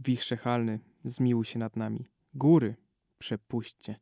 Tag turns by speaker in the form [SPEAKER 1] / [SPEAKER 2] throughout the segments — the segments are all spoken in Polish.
[SPEAKER 1] Wichrze halny, zmiłuj się nad nami. Góry, przepuśćcie.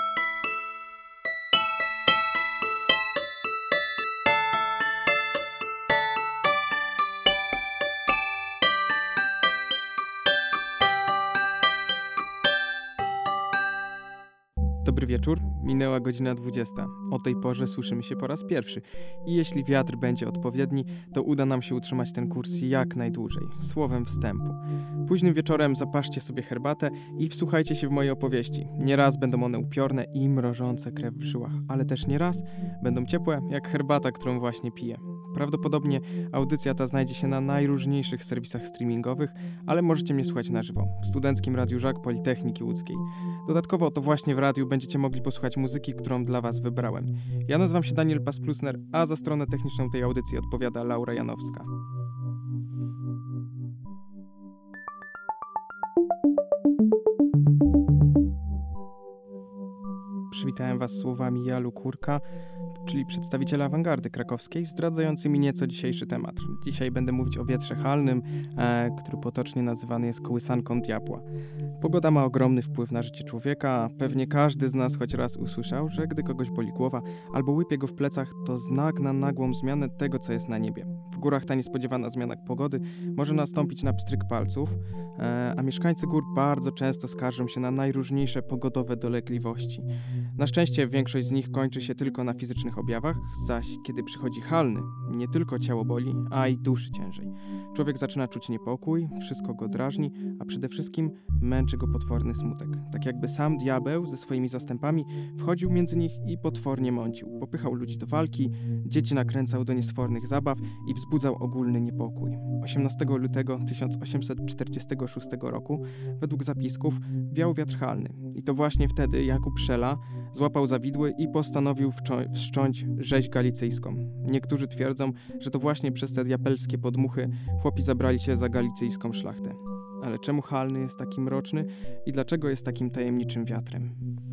[SPEAKER 1] Dobry wieczór, minęła godzina 20. O tej porze słyszymy się po raz pierwszy i jeśli wiatr będzie odpowiedni, to uda nam się utrzymać ten kurs jak najdłużej, słowem wstępu. Późnym wieczorem zapaszcie sobie herbatę i wsłuchajcie się w moje opowieści. Nieraz będą one upiorne i mrożące krew w żyłach, ale też nieraz będą ciepłe jak herbata, którą właśnie piję. Prawdopodobnie audycja ta znajdzie się na najróżniejszych serwisach streamingowych, ale możecie mnie słuchać na żywo w Studenckim Radiu Żak Politechniki Łódzkiej. Dodatkowo to właśnie w radiu będziecie mogli posłuchać muzyki, którą dla Was wybrałem. Ja nazywam się Daniel Pas-Plusner, a za stronę techniczną tej audycji odpowiada Laura Janowska. Przywitałem Was słowami Jalu Kurka, czyli przedstawiciela awangardy krakowskiej, zdradzającymi nieco dzisiejszy temat. Dzisiaj będę mówić o wietrze halnym, który potocznie nazywany jest kołysanką diabła. Pogoda ma ogromny wpływ na życie człowieka, a pewnie każdy z nas choć raz usłyszał, że gdy kogoś boli głowa albo łypie go w plecach, to znak na nagłą zmianę tego, co jest na niebie. W górach ta niespodziewana zmiana pogody może nastąpić na pstryk palców, a mieszkańcy gór bardzo często skarżą się na najróżniejsze pogodowe dolegliwości. Na szczęście większość z nich kończy się tylko na fizycznych objawach, zaś kiedy przychodzi halny, nie tylko ciało boli, a i duszy ciężej. Człowiek zaczyna czuć niepokój, wszystko go drażni, a przede wszystkim męczy go potworny smutek. Tak jakby sam diabeł ze swoimi zastępami wchodził między nich i potwornie mącił. Popychał ludzi do walki, dzieci nakręcał do niesfornych zabaw i wzbudzał ogólny niepokój. 18 lutego 1846 roku, według zapisków, wiał wiatr halny. I to właśnie wtedy Jakub Szela złapał za widły i postanowił wszcząć rzeź galicyjską. Niektórzy twierdzą, że to właśnie przez te diabelskie podmuchy chłopi zabrali się za galicyjską szlachtę. Ale czemu halny jest taki mroczny i dlaczego jest takim tajemniczym wiatrem?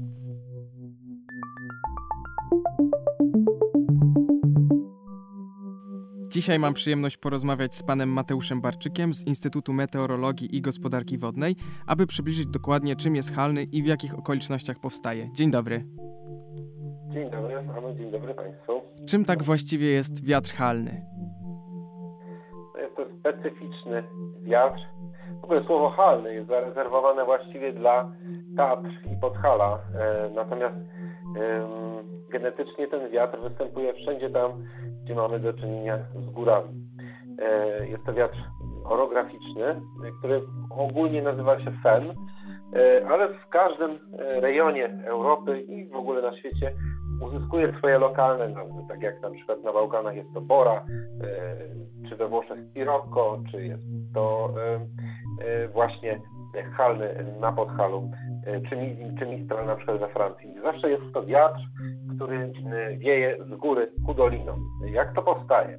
[SPEAKER 1] Dzisiaj mam przyjemność porozmawiać z panem Mateuszem Barczykiem z Instytutu Meteorologii i Gospodarki Wodnej, aby przybliżyć dokładnie, czym jest halny i w jakich okolicznościach powstaje. Dzień dobry.
[SPEAKER 2] Dzień dobry, dzień dobry Państwu.
[SPEAKER 1] Czym tak właściwie jest wiatr halny?
[SPEAKER 2] Jest to specyficzny wiatr. W ogóle słowo halny jest zarezerwowane właściwie dla Tatr i Podhala, natomiast genetycznie ten wiatr występuje wszędzie tam, gdzie mamy do czynienia z górami. Jest to wiatr orograficzny, który ogólnie nazywa się fen, ale w każdym rejonie Europy i w ogóle na świecie uzyskuje swoje lokalne nazwy, tak jak na przykład na Bałkanach jest to Bora, czy we Włoszech Sirocco, czy jest to właśnie halny na Podhalu, czy Mistral na przykład we Francji. Zawsze jest to wiatr, który wieje z góry ku dolinom. Jak to powstaje?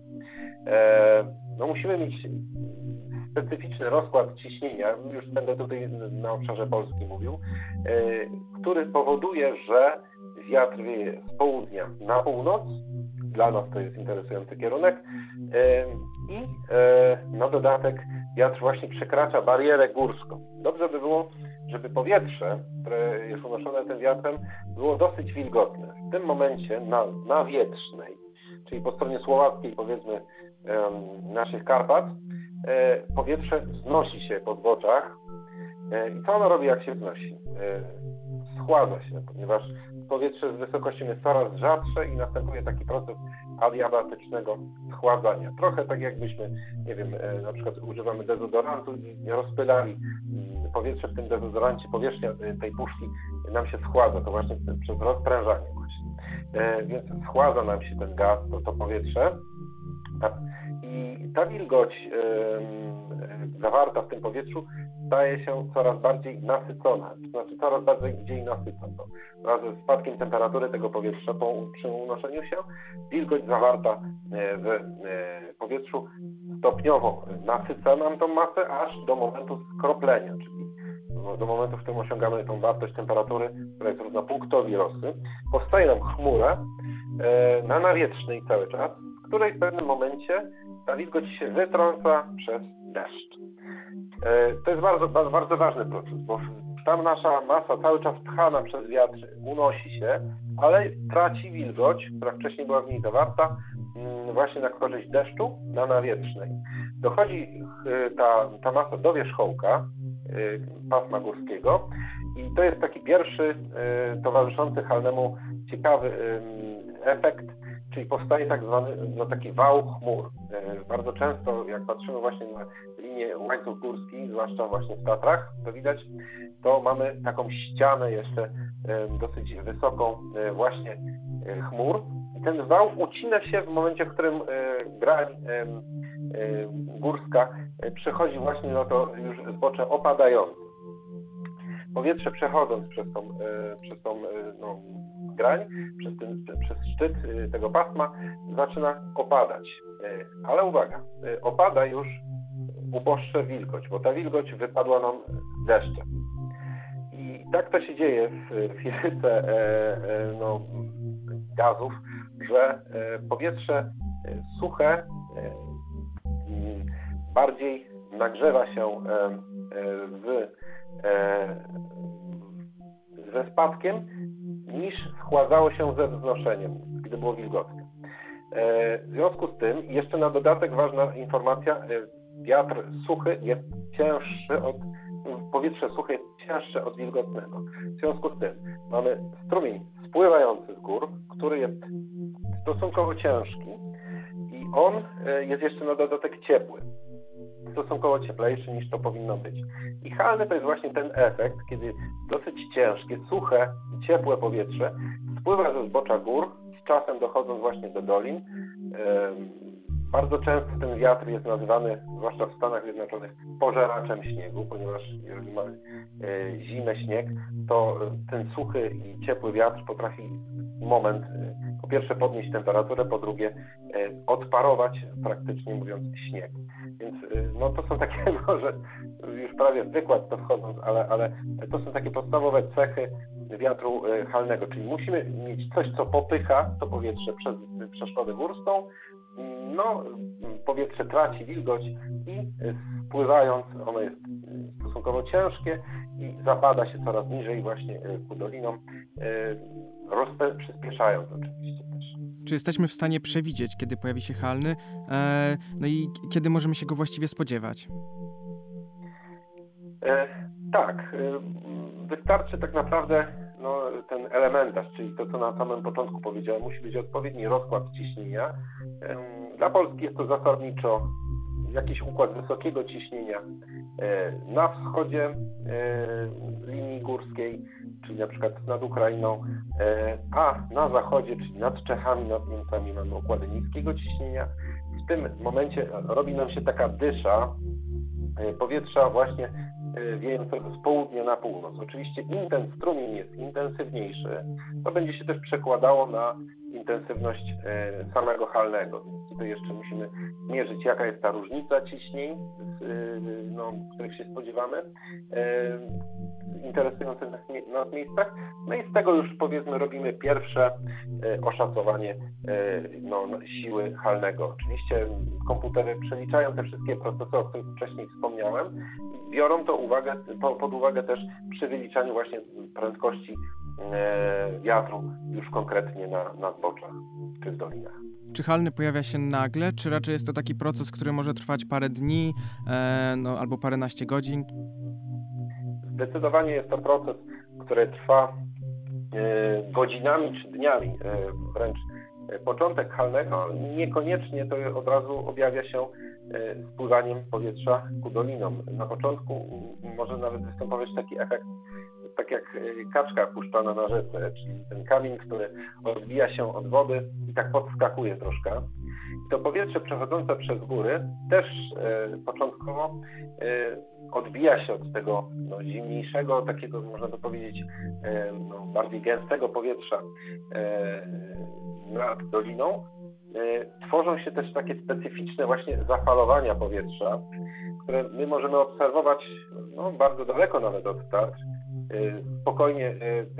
[SPEAKER 2] Musimy mieć specyficzny rozkład ciśnienia, już będę tutaj na obszarze Polski mówił, który powoduje, że wiatr wieje z południa na północ, dla nas to jest interesujący kierunek, i na dodatek wiatr właśnie przekracza barierę górską. Dobrze by było, żeby powietrze, które jest unoszone tym wiatrem, było dosyć wilgotne. W tym momencie na nawietrznej, czyli po stronie słowackiej, powiedzmy, naszych Karpat, powietrze wznosi się po zboczach. I co ono robi, jak się wznosi? Schładza się, ponieważ powietrze z wysokości jest coraz rzadsze i następuje taki proces adiabatycznego schładzania. Trochę tak jakbyśmy, nie wiem, na przykład używamy dezodorantu i rozpylali powietrze w tym dezodorancie, powierzchnia tej puszki nam się schładza, to właśnie przez rozprężanie właśnie. Więc schładza nam się ten gaz, to powietrze. I ta wilgoć zawarta w tym powietrzu staje się coraz bardziej nasycona, to znaczy coraz bardziej nasyca to. Wraz ze spadkiem temperatury tego powietrza przy unoszeniu się wilgoć zawarta w powietrzu stopniowo nasyca nam tą masę aż do momentu skroplenia, czyli do momentu, w którym osiągamy tą wartość temperatury, która jest równa punktowi Rossy. Powstaje nam chmura na nawietrznej cały czas, w której w pewnym momencie ta wilgoć się wytrąca przez deszcz. To jest bardzo, bardzo, bardzo ważny proces, bo tam nasza masa cały czas pchana przez wiatr unosi się, ale traci wilgoć, która wcześniej była w niej zawarta, właśnie na korzyść deszczu na nawietrznej. Dochodzi ta masa do wierzchołka pasma górskiego i to jest taki pierwszy towarzyszący halnemu ciekawy efekt, czyli powstaje tak zwany taki wał chmur. Bardzo często, jak patrzymy właśnie na linię łańcuch górski, zwłaszcza właśnie w Tatrach, to widać, to mamy taką ścianę jeszcze dosyć wysoką właśnie chmur. I ten wał ucina się w momencie, w którym grań górska przechodzi właśnie na to już zbocze opadające. Powietrze przechodząc przez tą grań, przez szczyt tego pasma zaczyna opadać. Ale uwaga, opada już uboższe wilgoć, bo ta wilgoć wypadła nam deszczem. I tak to się dzieje w fizyce gazów, że powietrze suche bardziej nagrzewa się ze spadkiem niż schładzało się ze wznoszeniem, gdy było wilgotne. W związku z tym, jeszcze na dodatek ważna informacja, wiatr suchy jest cięższy powietrze suche jest cięższe od wilgotnego. W związku z tym mamy strumień spływający z gór, który jest stosunkowo ciężki i on jest jeszcze na dodatek ciepły. Stosunkowo cieplejszy niż to powinno być. I halny to jest właśnie ten efekt, kiedy dosyć ciężkie, suche i ciepłe powietrze spływa ze zbocza gór, z czasem dochodząc właśnie do dolin. Bardzo często ten wiatr jest nazywany, zwłaszcza w Stanach Zjednoczonych, pożeraczem śniegu, ponieważ jeżeli mamy zimę, śnieg, to ten suchy i ciepły wiatr potrafi w moment po pierwsze podnieść temperaturę, po drugie odparować, praktycznie mówiąc, śnieg. Więc to są takie, może już prawie w wykład to wchodząc, ale to są takie podstawowe cechy wiatru halnego, czyli musimy mieć coś, co popycha to powietrze przez przeszkodę górską, powietrze traci wilgoć i spływając ono jest stosunkowo ciężkie i zapada się coraz niżej właśnie ku dolinom, przyspieszając oczywiście też.
[SPEAKER 1] Czy jesteśmy w stanie przewidzieć, kiedy pojawi się halny, i kiedy możemy się go właściwie spodziewać?
[SPEAKER 2] Tak. Wystarczy tak naprawdę ten elementarz, czyli to, co na samym początku powiedziałem, musi być odpowiedni rozkład ciśnienia. Dla Polski jest to zasadniczo jakiś układ wysokiego ciśnienia na wschodzie linii górskiej, czyli na przykład nad Ukrainą, a na zachodzie, czyli nad Czechami, nad Niemcami mamy układy niskiego ciśnienia. W tym momencie robi nam się taka dysza powietrza właśnie wiejącego z południa na północ. Oczywiście im ten strumień jest intensywniejszy, to będzie się też przekładało na intensywność samego halnego. Więc tutaj jeszcze musimy mierzyć, jaka jest ta różnica ciśnień, których się spodziewamy w interesujących nas miejscach. I z tego już powiedzmy robimy pierwsze oszacowanie siły halnego. Oczywiście komputery przeliczają te wszystkie procesy, o których wcześniej wspomniałem, biorą to pod uwagę też przy wyliczaniu właśnie prędkości wiatru już konkretnie na zboczach czy w dolinach.
[SPEAKER 1] Czy halny pojawia się nagle, czy raczej jest to taki proces, który może trwać parę dni albo paręnaście godzin?
[SPEAKER 2] Zdecydowanie jest to proces, który trwa godzinami czy dniami wręcz. Początek halnego niekoniecznie to od razu objawia się spływaniem powietrza ku dolinom. Na początku może nawet występować taki efekt, tak jak kaczka puszczana na rzece, czyli ten kamień, który odbija się od wody i tak podskakuje troszkę. To powietrze przechodzące przez góry też początkowo odbija się od tego zimniejszego, takiego można by powiedzieć bardziej gęstego powietrza nad doliną. Tworzą się też takie specyficzne właśnie zafalowania powietrza, które my możemy obserwować bardzo daleko nawet od Tatr. Spokojnie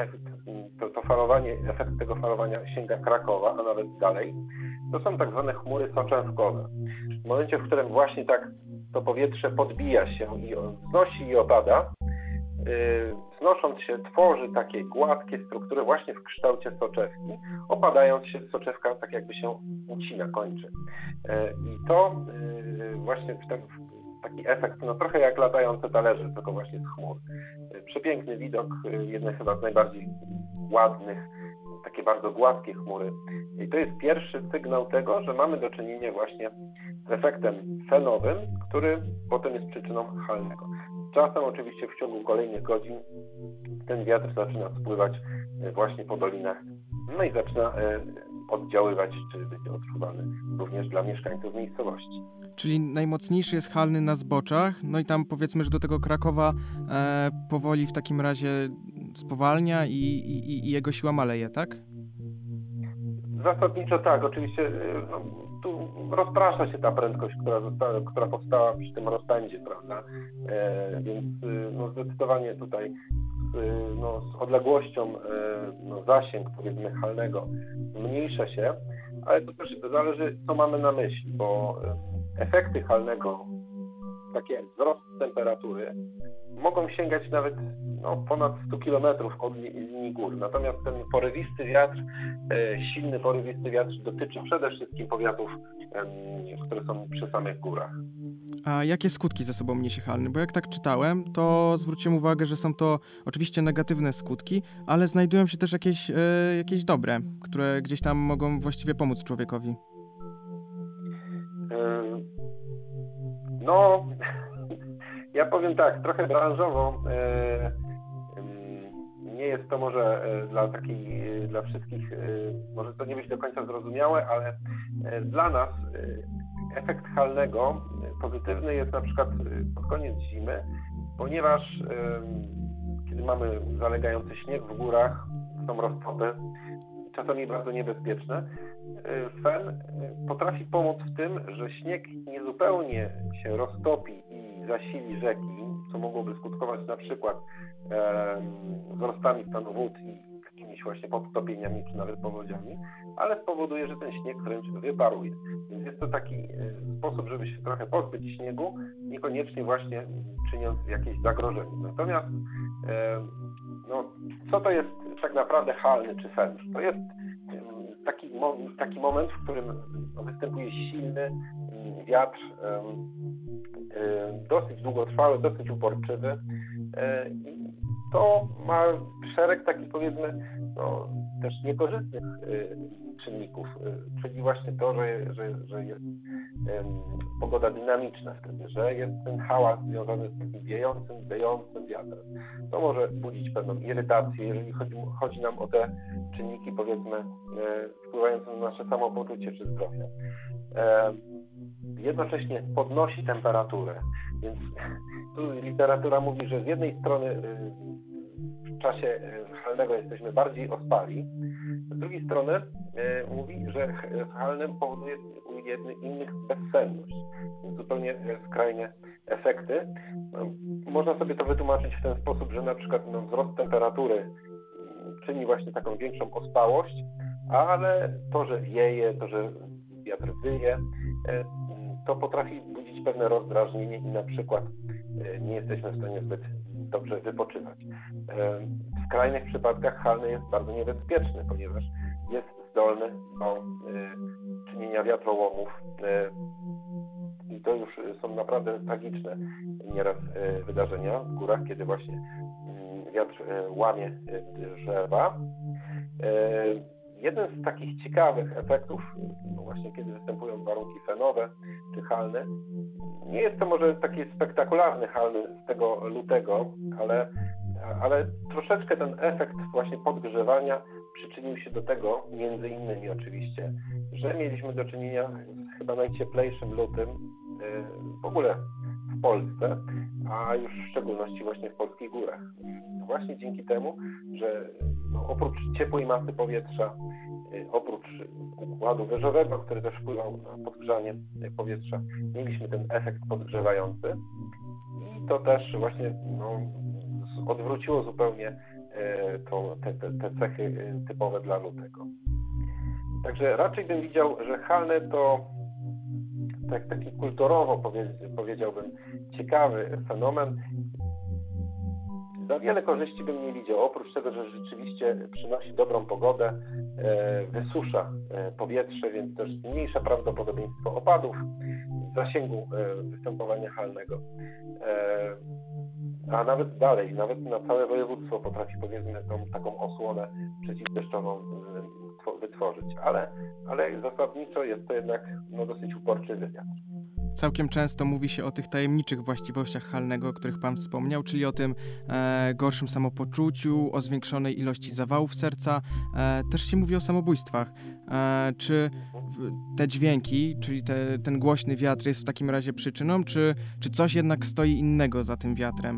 [SPEAKER 2] efekt tego falowania sięga Krakowa, a nawet dalej. To są tak zwane chmury soczewkowe. W momencie, w którym właśnie tak to powietrze podbija się i wznosi i opada. Wznosząc się tworzy takie gładkie struktury właśnie w kształcie soczewki. Opadając się soczewka tak jakby się ucina, kończy. I to właśnie taki efekt, no trochę jak latające talerze, tylko właśnie z chmur. Przepiękny widok, jedne chyba z najbardziej ładnych, takie bardzo gładkie chmury. I to jest pierwszy sygnał tego, że mamy do czynienia właśnie z efektem fenowym, który potem jest przyczyną halnego. Czasem oczywiście w ciągu kolejnych godzin ten wiatr zaczyna spływać właśnie po dolinach, no i zaczyna oddziaływać, czy być odczuwalny również dla mieszkańców miejscowości.
[SPEAKER 1] Czyli najmocniejszy jest halny na zboczach, no i tam powiedzmy, że do tego Krakowa powoli w takim razie spowalnia i jego siła maleje, tak?
[SPEAKER 2] Zasadniczo tak, oczywiście no, tu rozprasza się ta prędkość, która powstała przy tym rozpędzie, prawda? Więc no, zdecydowanie tutaj no, z odległością no, zasięg powiedzmy halnego zmniejsza się, ale to też zależy, co mamy na myśli, bo efekty halnego, takie jak wzrost temperatury, mogą sięgać nawet no, ponad 100 km od linii gór. Natomiast ten porywisty wiatr, silny porywisty wiatr dotyczy przede wszystkim powiatów, które są przy samych górach.
[SPEAKER 1] A jakie skutki ze sobą niesie halny? Bo jak tak czytałem, to zwróciłem uwagę, że są to oczywiście negatywne skutki, ale znajdują się też jakieś dobre, które gdzieś tam mogą właściwie pomóc człowiekowi.
[SPEAKER 2] No, ja powiem tak, trochę branżowo nie jest to może dla wszystkich, może to nie być do końca zrozumiałe, ale dla nas efekt halnego pozytywny jest na przykład pod koniec zimy, ponieważ kiedy mamy zalegający śnieg w górach, są roztopy, czasami bardzo niebezpieczne, fen potrafi pomóc w tym, że śnieg niezupełnie się roztopi i zasili rzeki, co mogłoby skutkować na przykład wzrostami stanu wód i jakimiś właśnie podtopieniami czy nawet powodziami, ale spowoduje, że ten śnieg wręcz wyparuje. Więc jest to taki sposób, żeby się trochę pozbyć śniegu, niekoniecznie właśnie czyniąc jakieś zagrożenie. Natomiast no, co to jest tak naprawdę halny czy fen? To jest taki moment, w którym występuje silny wiatr, dosyć długotrwały, dosyć uporczywy. I to ma szereg takich powiedzmy no, też niekorzystnych czynników, czyli właśnie to, że jest pogoda dynamiczna wtedy, że jest ten hałas związany z takim wiejącym, dejącym wiatrem. To może budzić pewną irytację, jeżeli chodzi nam o te czynniki powiedzmy wpływające na nasze samopoczucie czy zdrowie. Jednocześnie podnosi temperaturę, więc tu literatura mówi, że z jednej strony w czasie halnego jesteśmy bardziej ospali, z drugiej strony mówi, że halnym powoduje u innych bezsenność, więc zupełnie skrajne efekty. Można sobie to wytłumaczyć w ten sposób, że na przykład wzrost temperatury czyni właśnie taką większą ospałość, ale to, że wieje, to, że wiatr wyje, to potrafi budzić pewne rozdrażnienie i na przykład nie jesteśmy w stanie zbyt dobrze wypoczywać. W skrajnych przypadkach halny jest bardzo niebezpieczny, ponieważ jest zdolny do czynienia wiatrołomów i to już są naprawdę tragiczne nieraz wydarzenia w górach, kiedy właśnie wiatr łamie drzewa. Jeden z takich ciekawych efektów, no właśnie kiedy występują warunki fenowe czy halne, nie jest to może taki spektakularny halny z tego lutego, ale troszeczkę ten efekt właśnie podgrzewania przyczynił się do tego, między innymi oczywiście, że mieliśmy do czynienia z chyba najcieplejszym lutym w ogóle w Polsce, a już w szczególności właśnie w polskich górach. Właśnie dzięki temu, że no, oprócz ciepłej masy powietrza, oprócz układu wyżowego, który też wpływał na podgrzanie powietrza, mieliśmy ten efekt podgrzewający i to też właśnie no, odwróciło zupełnie te cechy typowe dla lutego. Także raczej bym widział, że halne to taki kulturowo powiedziałbym ciekawy fenomen. Za wiele korzyści bym nie widział, oprócz tego, że rzeczywiście przynosi dobrą pogodę, wysusza powietrze, więc też zmniejsza prawdopodobieństwo opadów w zasięgu występowania halnego. A nawet dalej, nawet na całe województwo potrafi, powiedzmy, tą taką osłonę przeciwdeszczową wytworzyć. Ale zasadniczo jest to jednak dosyć uporczywy wiatr.
[SPEAKER 1] Całkiem często mówi się o tych tajemniczych właściwościach halnego, o których Pan wspomniał, czyli o tym gorszym samopoczuciu, o zwiększonej ilości zawałów serca. Też się mówi o samobójstwach. Czy te dźwięki, czyli ten głośny wiatr jest w takim razie przyczyną, czy coś jednak stoi innego za tym wiatrem?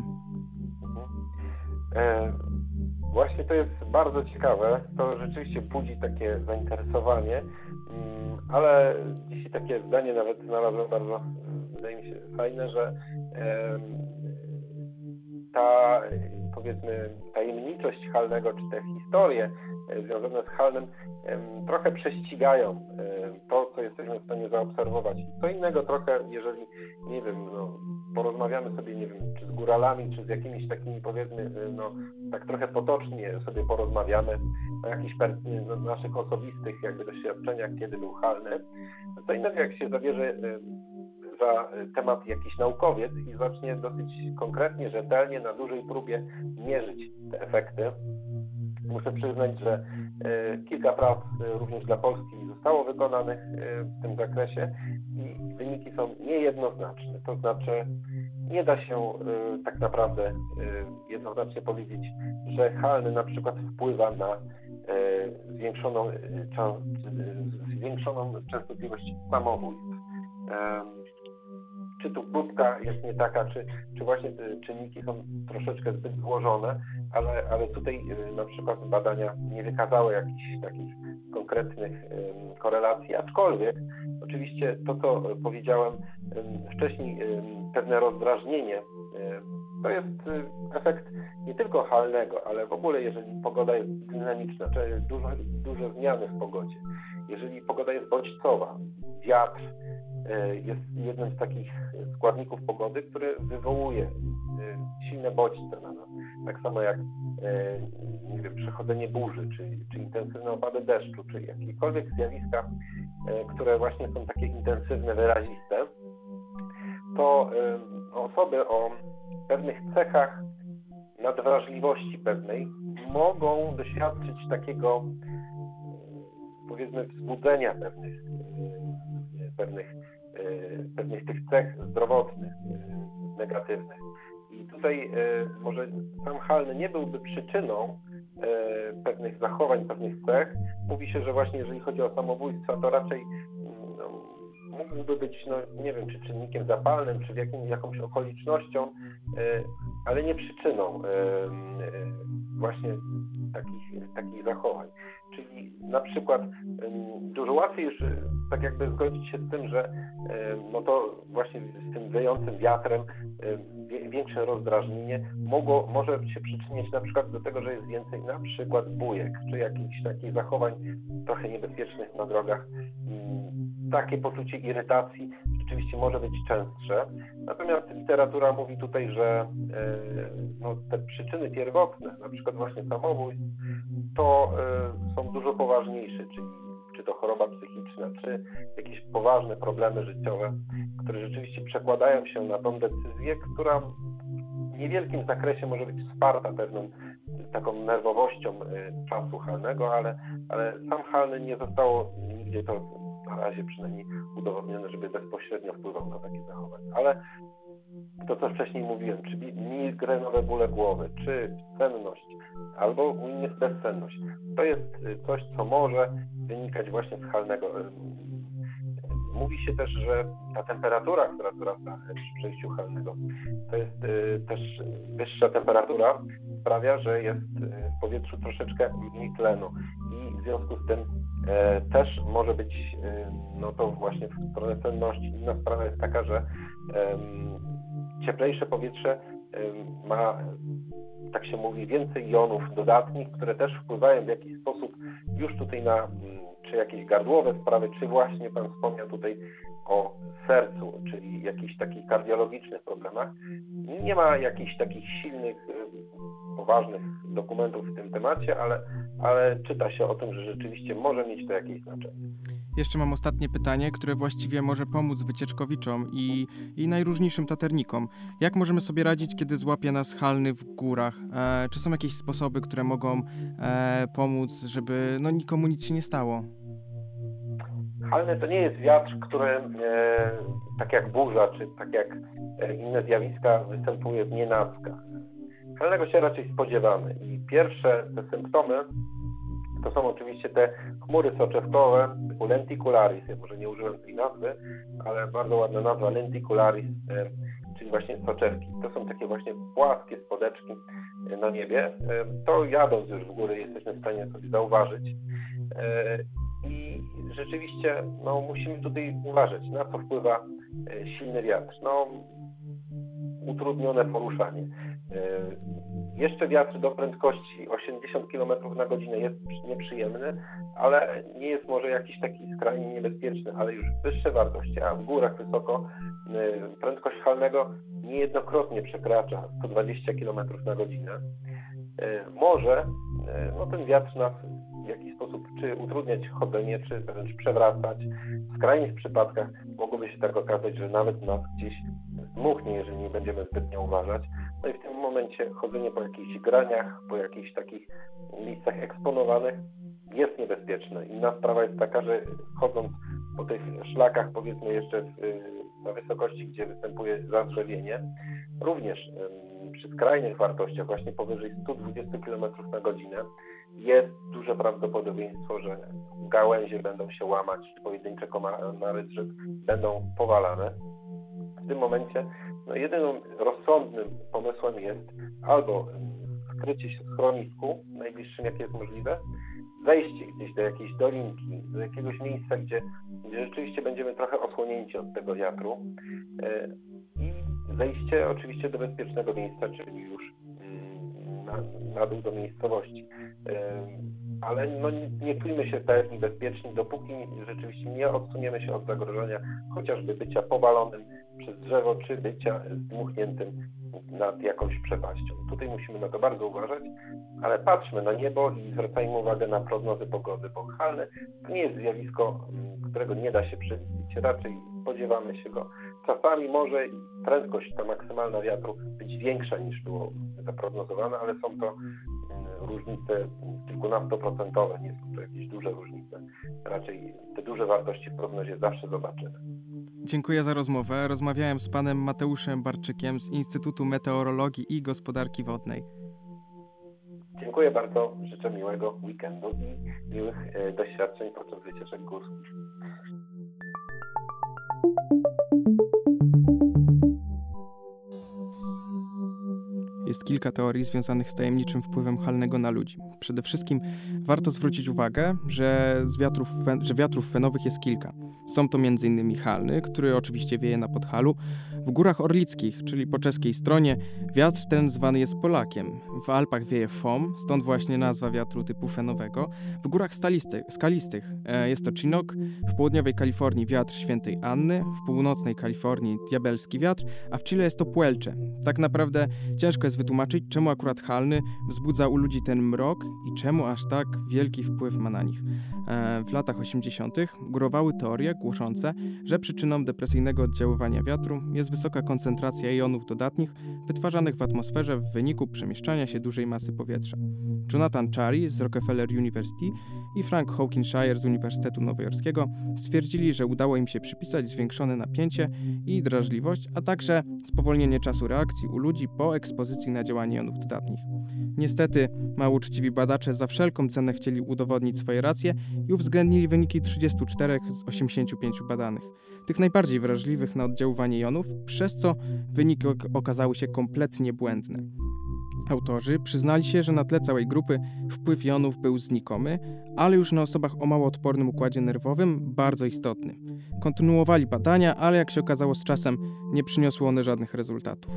[SPEAKER 2] Właśnie to jest bardzo ciekawe. To rzeczywiście budzi takie zainteresowanie, ale dzisiaj takie zdanie nawet znalazłem bardzo, wydaje mi się, fajne, że ta, powiedzmy, tajemniczość halnego, czy te historie związane z halnym trochę prześcigają to, co jesteśmy w stanie zaobserwować. Co innego trochę, jeżeli, nie wiem, porozmawiamy sobie, nie wiem, czy z góralami, czy z jakimiś takimi, powiedzmy, tak trochę potocznie sobie porozmawiamy o jakichś naszych osobistych jakby doświadczeniach, kiedy był halny. Co innego, jak się zabierze za temat jakiś naukowiec i zacznie dosyć konkretnie, rzetelnie, na dużej próbie mierzyć te efekty. Muszę przyznać, że kilka prac również dla Polski zostało wykonanych w tym zakresie i wyniki są niejednoznaczne. To znaczy nie da się tak naprawdę jednoznacznie powiedzieć, że halny na przykład wpływa na zwiększoną częstotliwość samobójstw. Czy tu próbka jest nie taka, czy właśnie te czynniki są troszeczkę zbyt złożone, ale tutaj na przykład badania nie wykazały jakichś takich konkretnych korelacji, aczkolwiek oczywiście to, co powiedziałem wcześniej, pewne rozdrażnienie, to jest efekt nie tylko halnego, ale w ogóle jeżeli pogoda jest dynamiczna, czyli duże zmiany w pogodzie, jeżeli pogoda jest bodźcowa, wiatr jest jednym z takich składników pogody, który wywołuje silne bodźce na nas. Tak samo jak nie wiem, przechodzenie burzy, czy intensywne opady deszczu, czy jakiekolwiek zjawiska, które właśnie są takie intensywne, wyraziste, to osoby o pewnych cechach nadwrażliwości pewnej mogą doświadczyć takiego, powiedzmy, wzbudzenia pewnych tych cech zdrowotnych, negatywnych. I tutaj może sam halny nie byłby przyczyną pewnych zachowań, pewnych cech. Mówi się, że właśnie jeżeli chodzi o samobójstwa, to raczej mógłby być, nie wiem, czy czynnikiem zapalnym, czy jakąś okolicznością, ale nie przyczyną właśnie takich zachowań. Czyli na przykład dużo łatwiej już tak jakby zgodzić się z tym, że to właśnie z tym wiejącym wiatrem większe rozdrażnienie może się przyczyniać na przykład do tego, że jest więcej na przykład bujek, czy jakichś takich zachowań trochę niebezpiecznych na drogach. Takie poczucie irytacji rzeczywiście może być częstsze. Natomiast literatura mówi tutaj, że te przyczyny pierwotne, na przykład właśnie samobójstw, to są dużo poważniejsze, czyli czy to choroba psychiczna, czy jakieś poważne problemy życiowe, które rzeczywiście przekładają się na tą decyzję, która w niewielkim zakresie może być wsparta pewną taką nerwowością czasu halnego, ale sam halny nie zostało nigdzie to na razie przynajmniej udowodnione, żeby bezpośrednio wpływał na takie zachowania. Ale to, co wcześniej mówiłem, czyli migrenowe bóle głowy, czy senność, albo u innych bezsenność, to jest coś, co może wynikać właśnie z halnego. Mówi się też, że ta temperatura, która wzrasta przy przejściu halnego, to jest też wyższa temperatura, sprawia, że jest w powietrzu troszeczkę mniej tlenu i w związku z tym też może być to właśnie w stronę senności. Inna sprawa jest taka, że cieplejsze powietrze ma, tak się mówi, więcej jonów dodatnich, które też wpływają w jakiś sposób już tutaj na czy jakieś gardłowe sprawy, czy właśnie Pan wspomniał tutaj o sercu, czyli jakichś takich kardiologicznych problemach. Nie ma jakichś takich silnych, poważnych dokumentów w tym temacie, ale czyta się o tym, że rzeczywiście może mieć to jakieś znaczenie.
[SPEAKER 1] Jeszcze mam ostatnie pytanie, które właściwie może pomóc wycieczkowiczom i najróżniejszym taternikom. Jak możemy sobie radzić, kiedy złapie nas halny w górach? Czy są jakieś sposoby, które mogą pomóc, żeby nikomu nic się nie stało?
[SPEAKER 2] Halny to nie jest wiatr, który tak jak burza, czy tak jak inne zjawiska występuje w nienacka. Halnego się raczej spodziewamy i pierwsze te symptomy to są oczywiście te chmury soczewkowe typu lenticularis. Ja może nie użyłem tej nazwy, ale bardzo ładna nazwa lenticularis, czyli właśnie soczewki. To są takie właśnie płaskie spodeczki na niebie. To jadąc już w góry jesteśmy w stanie sobie zauważyć. I rzeczywiście musimy tutaj uważać, na co wpływa silny wiatr. Utrudnione poruszanie. Jeszcze wiatr do prędkości 80 km na godzinę jest nieprzyjemny, ale nie jest może jakiś taki skrajnie niebezpieczny, ale już wyższe wartości, a w górach wysoko prędkość halnego niejednokrotnie przekracza 120 km na godzinę. Może ten wiatr nas w jakiś sposób czy utrudniać chodzenie, czy wręcz przewracać. W skrajnych przypadkach mogłoby się tak okazać, że nawet nas gdzieś zdmuchnie, jeżeli nie będziemy zbytnio uważać. No i w tym momencie chodzenie po jakichś graniach, po jakichś takich miejscach eksponowanych jest niebezpieczne. Inna sprawa jest taka, że chodząc po tych szlakach, powiedzmy jeszcze na wysokości, gdzie występuje zadrzewienie, również przy skrajnych wartościach, właśnie powyżej 120 km na godzinę, jest duże prawdopodobieństwo, że gałęzie będą się łamać, pojedyncze komary drzew będą powalane. W tym momencie jedynym rozsądnym pomysłem jest albo skrycie się w schronisku, najbliższym jakie jest możliwe, zejście gdzieś do jakiejś dolinki, do jakiegoś miejsca, gdzie rzeczywiście będziemy trochę osłonięci od tego wiatru i zejście oczywiście do bezpiecznego miejsca, czyli już na dół do miejscowości. Ale nie czujmy się pewni, bezpieczni, dopóki rzeczywiście nie odsuniemy się od zagrożenia chociażby bycia powalonym przez drzewo, czy bycia zdmuchniętym nad jakąś przepaścią. Tutaj musimy na to bardzo uważać, ale patrzmy na niebo i zwracajmy uwagę na prognozy pogody, bo halne to nie jest zjawisko, którego nie da się przewidzieć. Raczej spodziewamy się go. Czasami może prędkość ta maksymalna wiatru być większa niż było zaprognozowane, ale są to różnice kilkunastoprocentowe, nie są to jakieś duże różnice. Raczej te duże wartości w prognozie zawsze zobaczymy.
[SPEAKER 1] Dziękuję za rozmowę. Rozmawiałem z panem Mateuszem Barczykiem z Instytutu Meteorologii i Gospodarki Wodnej.
[SPEAKER 2] Dziękuję bardzo. Życzę miłego weekendu i miłych doświadczeń podczas wycieczek górskich.
[SPEAKER 1] Jest kilka teorii związanych z tajemniczym wpływem halnego na ludzi. Przede wszystkim warto zwrócić uwagę, że wiatrów fenowych jest kilka. Są to m.in. halny, który oczywiście wieje na Podhalu. W Górach Orlickich, czyli po czeskiej stronie, wiatr ten zwany jest Polakiem. W Alpach wieje fom, stąd właśnie nazwa wiatru typu fenowego. W Górach Skalistych jest to Chinook, w południowej Kalifornii wiatr Świętej Anny, w północnej Kalifornii diabelski wiatr, a w Chile jest to Puelche. Tak naprawdę ciężko jest wytłumaczyć, czemu akurat halny wzbudza u ludzi ten mrok i czemu aż tak wielki wpływ ma na nich. W latach 80. górowały teorie głoszące, że przyczyną depresyjnego oddziaływania wiatru jest wysoka koncentracja jonów dodatnich wytwarzanych w atmosferze w wyniku przemieszczania się dużej masy powietrza. Jonathan Chari z Rockefeller University i Frank Hawkinshire z Uniwersytetu Nowojorskiego stwierdzili, że udało im się przypisać zwiększone napięcie i drażliwość, a także spowolnienie czasu reakcji u ludzi po ekspozycji na działanie jonów dodatnich. Niestety, mało uczciwi badacze za wszelką cenę chcieli udowodnić swoje racje i uwzględnili wyniki 34 z 85 badanych, tych najbardziej wrażliwych na oddziaływanie jonów, przez co wyniki okazały się kompletnie błędne. Autorzy przyznali się, że na tle całej grupy wpływ jonów był znikomy, ale już na osobach o mało odpornym układzie nerwowym bardzo istotny. Kontynuowali badania, ale jak się okazało z czasem nie przyniosły one żadnych rezultatów.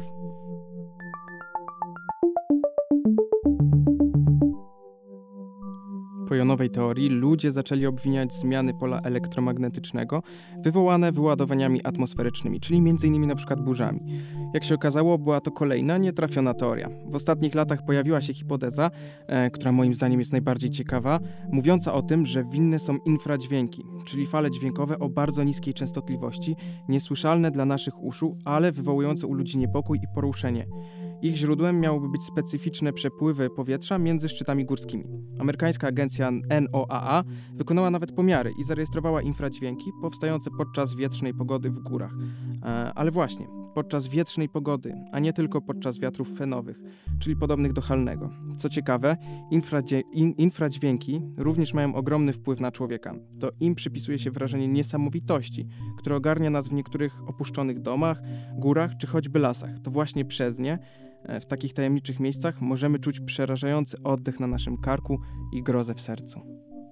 [SPEAKER 1] Po jonowej teorii ludzie zaczęli obwiniać zmiany pola elektromagnetycznego wywołane wyładowaniami atmosferycznymi, czyli m.in. na przykład burzami. Jak się okazało, była to kolejna nietrafiona teoria. W ostatnich latach pojawiła się hipoteza, która moim zdaniem jest najbardziej ciekawa, mówiąca o tym, że winne są infradźwięki, czyli fale dźwiękowe o bardzo niskiej częstotliwości, niesłyszalne dla naszych uszu, ale wywołujące u ludzi niepokój i poruszenie. Ich źródłem miałyby być specyficzne przepływy powietrza między szczytami górskimi. Amerykańska agencja NOAA wykonała nawet pomiary i zarejestrowała infradźwięki powstające podczas wietrznej pogody w górach. Ale właśnie, podczas wietrznej pogody, a nie tylko podczas wiatrów fenowych, czyli podobnych do halnego. Co ciekawe, infradźwięki również mają ogromny wpływ na człowieka. To im przypisuje się wrażenie niesamowitości, które ogarnia nas w niektórych opuszczonych domach, górach czy choćby lasach. To właśnie przez nie, w takich tajemniczych miejscach, możemy czuć przerażający oddech na naszym karku i grozę w sercu.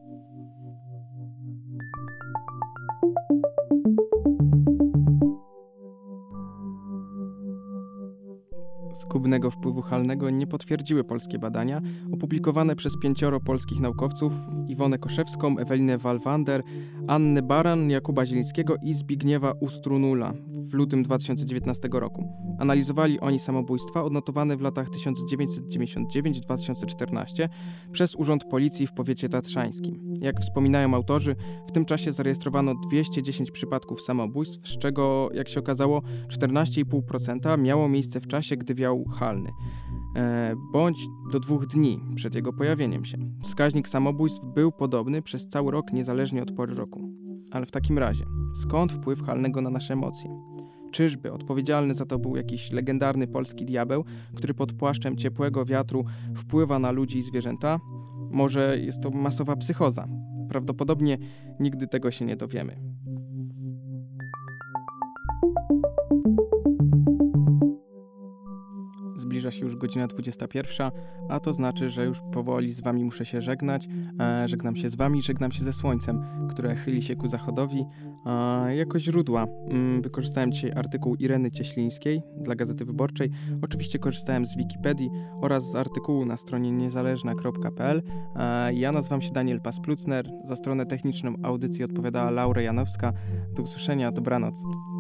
[SPEAKER 1] Zgubnego wpływu halnego nie potwierdziły polskie badania opublikowane przez 5 polskich naukowców: Iwonę Koszewską, Ewelinę Walwander, Annę Baran, Jakuba Zielińskiego i Zbigniewa Ustrunula w lutym 2019 roku. Analizowali oni samobójstwa odnotowane w latach 1999-2014 przez Urząd Policji w powiecie tatrzańskim. Jak wspominają autorzy, w tym czasie zarejestrowano 210 przypadków samobójstw, z czego, jak się okazało, 14,5% miało miejsce w czasie, gdy wiał halny, bądź do 2 dni przed jego pojawieniem się. Wskaźnik samobójstw był podobny przez cały rok, niezależnie od pory roku. Ale w takim razie, skąd wpływ halnego na nasze emocje? Czyżby odpowiedzialny za to był jakiś legendarny polski diabeł, który pod płaszczem ciepłego wiatru wpływa na ludzi i zwierzęta? Może jest to masowa psychoza? Prawdopodobnie nigdy tego się nie dowiemy. Zbliża się już godzina 21, a to znaczy, że już powoli z wami muszę się żegnać. Żegnam się z wami, żegnam się ze słońcem, które chyli się ku zachodowi. Jako źródła wykorzystałem dzisiaj artykuł Ireny Cieślińskiej dla Gazety Wyborczej. Oczywiście korzystałem z Wikipedii oraz z artykułu na stronie niezależna.pl. Ja nazywam się Daniel Pas-Plucner. Za stronę techniczną audycji odpowiadała Laura Janowska. Do usłyszenia, dobranoc.